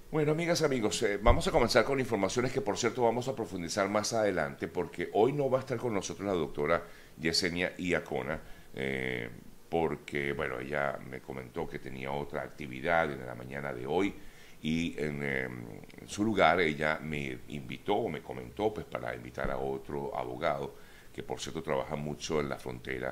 Bueno, amigas, amigos, vamos a comenzar con informaciones que, por cierto, vamos a profundizar más adelante, porque hoy no va a estar con nosotros la doctora Yesenia Iacona, eh, porque, bueno, ella me comentó que tenía otra actividad en la mañana de hoy y en su lugar ella me invitó o me comentó, pues, para invitar a otro abogado que, por cierto, trabaja mucho en la frontera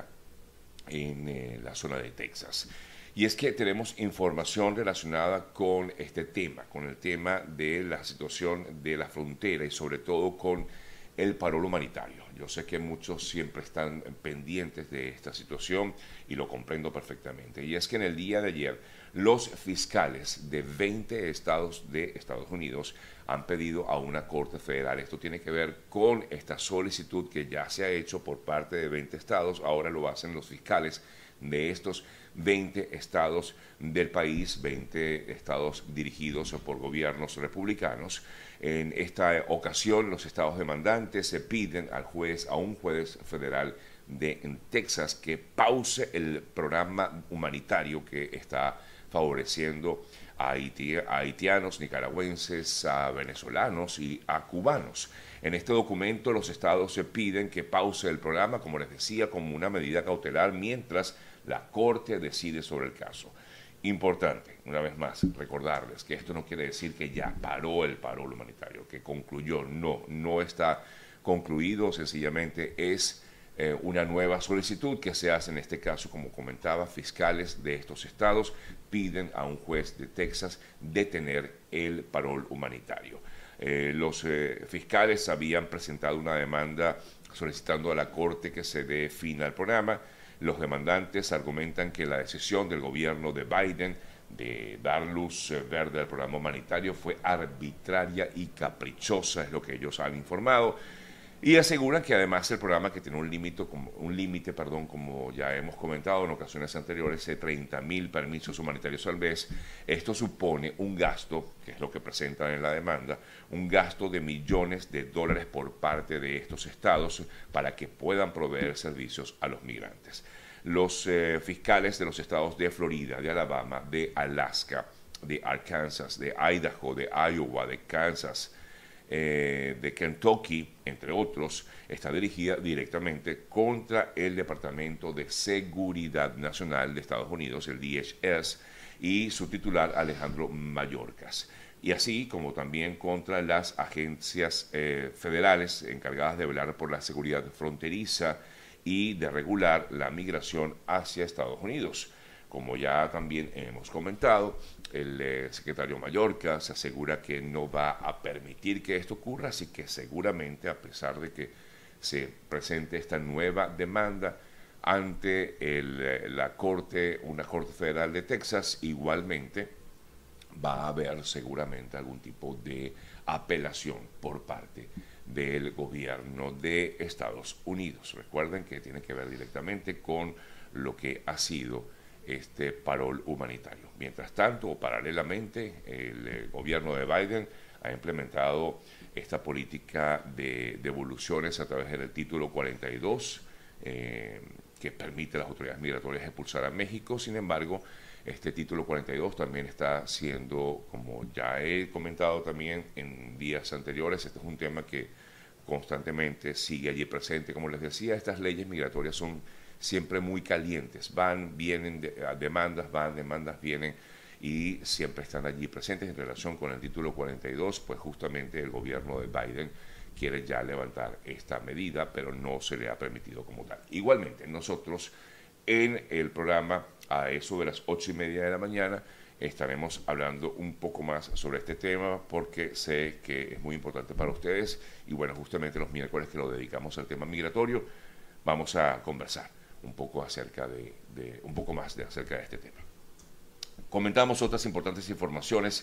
en la zona de Texas. Y es que tenemos información relacionada con este tema, con el tema de la situación de la frontera y sobre todo con el paro humanitario. Yo sé que muchos siempre están pendientes de esta situación y lo comprendo perfectamente. Y es que en el día de ayer los fiscales de 20 estados de Estados Unidos han pedido a una corte federal. Esto tiene que ver con esta solicitud que ya se ha hecho por parte de 20 estados. Ahora lo hacen los fiscales de estos 20 estados del país, 20 estados dirigidos por gobiernos republicanos. En esta ocasión, los estados demandantes se piden a un juez federal de Texas que pause el programa humanitario que está favoreciendo a haitianos, nicaragüenses, a venezolanos y a cubanos. En este documento los estados se piden que pause el programa, como les decía, como una medida cautelar mientras la Corte decide sobre el caso. Importante, una vez más, recordarles que esto no quiere decir que ya paró el paro humanitario, que concluyó. No, no está concluido, sencillamente es una nueva solicitud que se hace en este caso, como comentaba, fiscales de estos estados piden a un juez de Texas detener el paro humanitario. Los fiscales habían presentado una demanda solicitando a la Corte que se dé fin al programa. Los demandantes argumentan que la decisión del gobierno de Biden de dar luz verde al programa humanitario fue arbitraria y caprichosa, es lo que ellos han informado. Y aseguran que además el programa, que tiene un límite, como ya hemos comentado en ocasiones anteriores, de 30.000 permisos humanitarios al mes, esto supone un gasto, que es lo que presentan en la demanda, un gasto de millones de dólares por parte de estos estados para que puedan proveer servicios a los migrantes. Los fiscales de los estados de Florida, de Alabama, de Alaska, de Arkansas, de Idaho, de Iowa, de Kansas, de Kentucky, entre otros, está dirigida directamente contra el Departamento de Seguridad Nacional de Estados Unidos, el DHS, y su titular Alejandro Mayorkas. Y así como también contra las agencias federales encargadas de velar por la seguridad fronteriza y de regular la migración hacia Estados Unidos. Como ya también hemos comentado, el secretario Mallorca se asegura que no va a permitir que esto ocurra, así que seguramente, a pesar de que se presente esta nueva demanda ante la Corte, una Corte Federal de Texas, igualmente va a haber seguramente algún tipo de apelación por parte del gobierno de Estados Unidos. Recuerden que tiene que ver directamente con lo que ha sido este parol humanitario. Mientras tanto, o paralelamente, el gobierno de Biden ha implementado esta política de devoluciones a través del título 42, que permite a las autoridades migratorias expulsar a México. Sin embargo, este título 42 también está siendo, como ya he comentado también en días anteriores, este es un tema que constantemente sigue allí presente. Como les decía, estas leyes migratorias son siempre muy calientes, vienen, demandas, vienen, y siempre están allí presentes en relación con el título 42, pues justamente el gobierno de Biden quiere ya levantar esta medida, pero no se le ha permitido como tal. Igualmente, nosotros en el programa, a eso de las 8:30 de la mañana, estaremos hablando un poco más sobre este tema, porque sé que es muy importante para ustedes, y bueno, justamente los miércoles que lo dedicamos al tema migratorio, vamos a conversar un poco acerca un poco más acerca de este tema. Comentamos otras importantes informaciones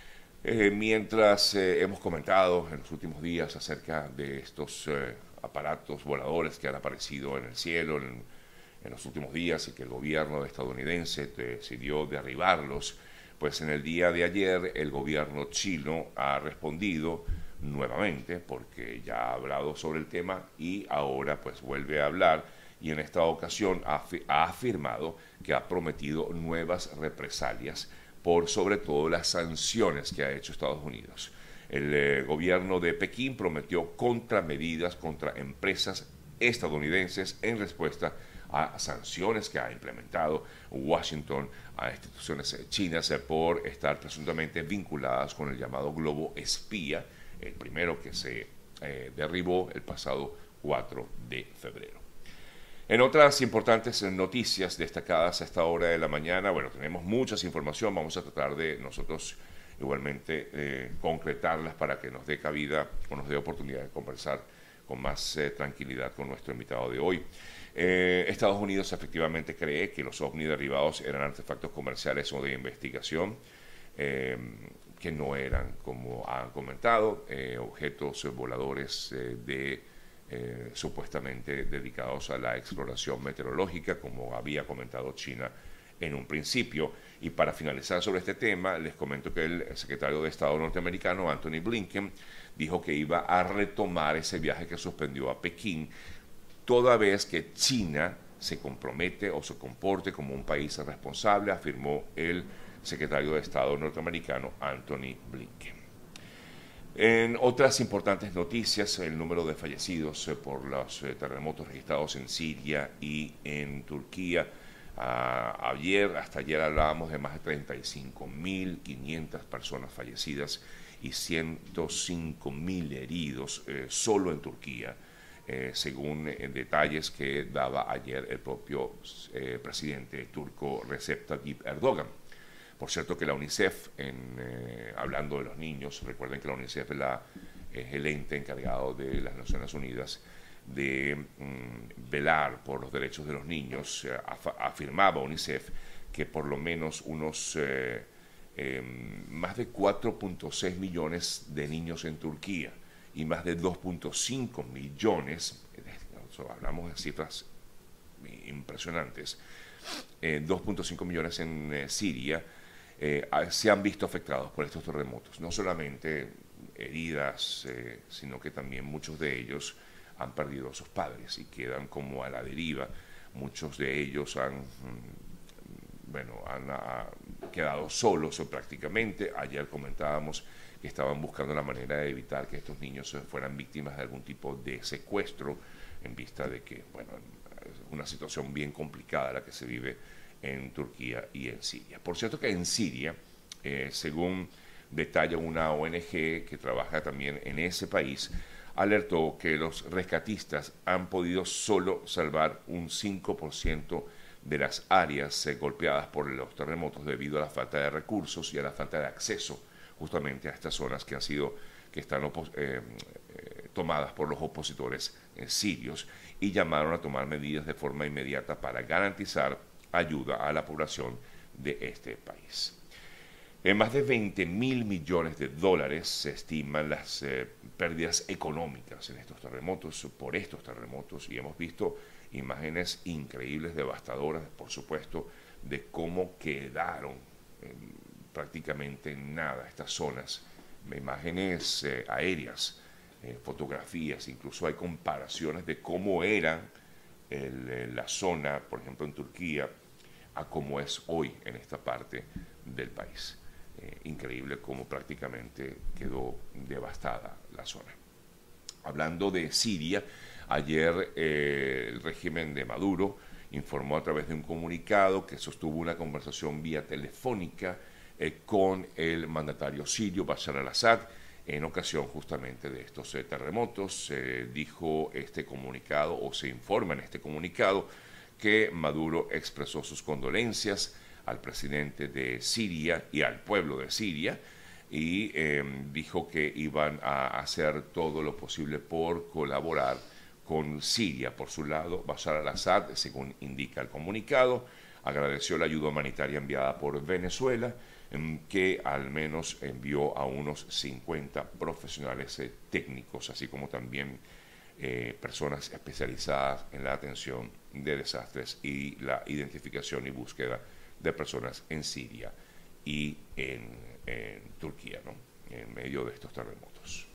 mientras hemos comentado en los últimos días acerca de estos aparatos voladores que han aparecido en el cielo en los últimos días y que el gobierno estadounidense decidió derribarlos. Pues en el día de ayer el gobierno chino ha respondido nuevamente, porque ya ha hablado sobre el tema y ahora pues vuelve a hablar, y en esta ocasión ha afirmado que ha prometido nuevas represalias por sobre todo las sanciones que ha hecho Estados Unidos. El gobierno de Pekín prometió contramedidas contra empresas estadounidenses en respuesta a sanciones que ha implementado Washington a instituciones chinas por estar presuntamente vinculadas con el llamado globo espía, el primero que se derribó el pasado 4 de febrero. En otras importantes noticias destacadas a esta hora de la mañana, bueno, tenemos muchas información, vamos a tratar de nosotros igualmente concretarlas para que nos dé cabida o nos dé oportunidad de conversar con más tranquilidad con nuestro invitado de hoy. Estados Unidos efectivamente cree que los ovnis derribados eran artefactos comerciales o de investigación, que no eran, como han comentado, objetos voladores supuestamente dedicados a la exploración meteorológica, como había comentado China en un principio. Y para finalizar sobre este tema, les comento que el secretario de Estado norteamericano, Anthony Blinken, dijo que iba a retomar ese viaje que suspendió a Pekín, toda vez que China se compromete o se comporte como un país responsable, afirmó el secretario de Estado norteamericano, Anthony Blinken. En otras importantes noticias, el número de fallecidos por los terremotos registrados en Siria y en Turquía. Hasta ayer hablábamos de más de 35.500 personas fallecidas y 105.000 heridos solo en Turquía, según detalles que daba ayer el propio presidente turco Recep Tayyip Erdogan. Por cierto que la UNICEF, hablando de los niños, recuerden que la UNICEF es el ente encargado de las Naciones Unidas de velar por los derechos de los niños. Afirmaba UNICEF que por lo menos unos más de 4.6 millones de niños en Turquía y más de 2.5 millones, hablamos de cifras impresionantes, 2.5 millones en Siria, se han visto afectados por estos terremotos. No solamente heridas, sino que también muchos de ellos han perdido a sus padres y quedan como a la deriva. Muchos de ellos han quedado solos prácticamente. Ayer comentábamos que estaban buscando la manera de evitar que estos niños fueran víctimas de algún tipo de secuestro, en vista de que, bueno, es una situación bien complicada la que se vive en Turquía y en Siria. Por cierto que en Siria, según detalla una ONG que trabaja también en ese país, alertó que los rescatistas han podido solo salvar un 5% de las áreas golpeadas por los terremotos debido a la falta de recursos y a la falta de acceso justamente a estas zonas que están tomadas por los opositores sirios, y llamaron a tomar medidas de forma inmediata para garantizar ayuda a la población de este país. En más de 20.000 millones de dólares se estiman las pérdidas económicas en estos terremotos, por estos terremotos, y hemos visto imágenes increíbles, devastadoras, por supuesto, de cómo quedaron prácticamente en nada estas zonas, imágenes aéreas, fotografías, incluso hay comparaciones de cómo era la zona, por ejemplo en Turquía, a cómo es hoy en esta parte del país. Increíble cómo prácticamente quedó devastada la zona. Hablando de Siria, ayer el régimen de Maduro informó a través de un comunicado que sostuvo una conversación vía telefónica con el mandatario sirio Bashar al-Assad en ocasión justamente de estos terremotos. Dijo este comunicado, o se informa en este comunicado, que Maduro expresó sus condolencias al presidente de Siria y al pueblo de Siria, y dijo que iban a hacer todo lo posible por colaborar con Siria. Por su lado, Bashar al-Assad, según indica el comunicado, agradeció la ayuda humanitaria enviada por Venezuela, que al menos envió a unos 50 profesionales técnicos, así como también personas especializadas en la atención de desastres y la identificación y búsqueda de personas en Siria y en Turquía, ¿no?, en medio de estos terremotos.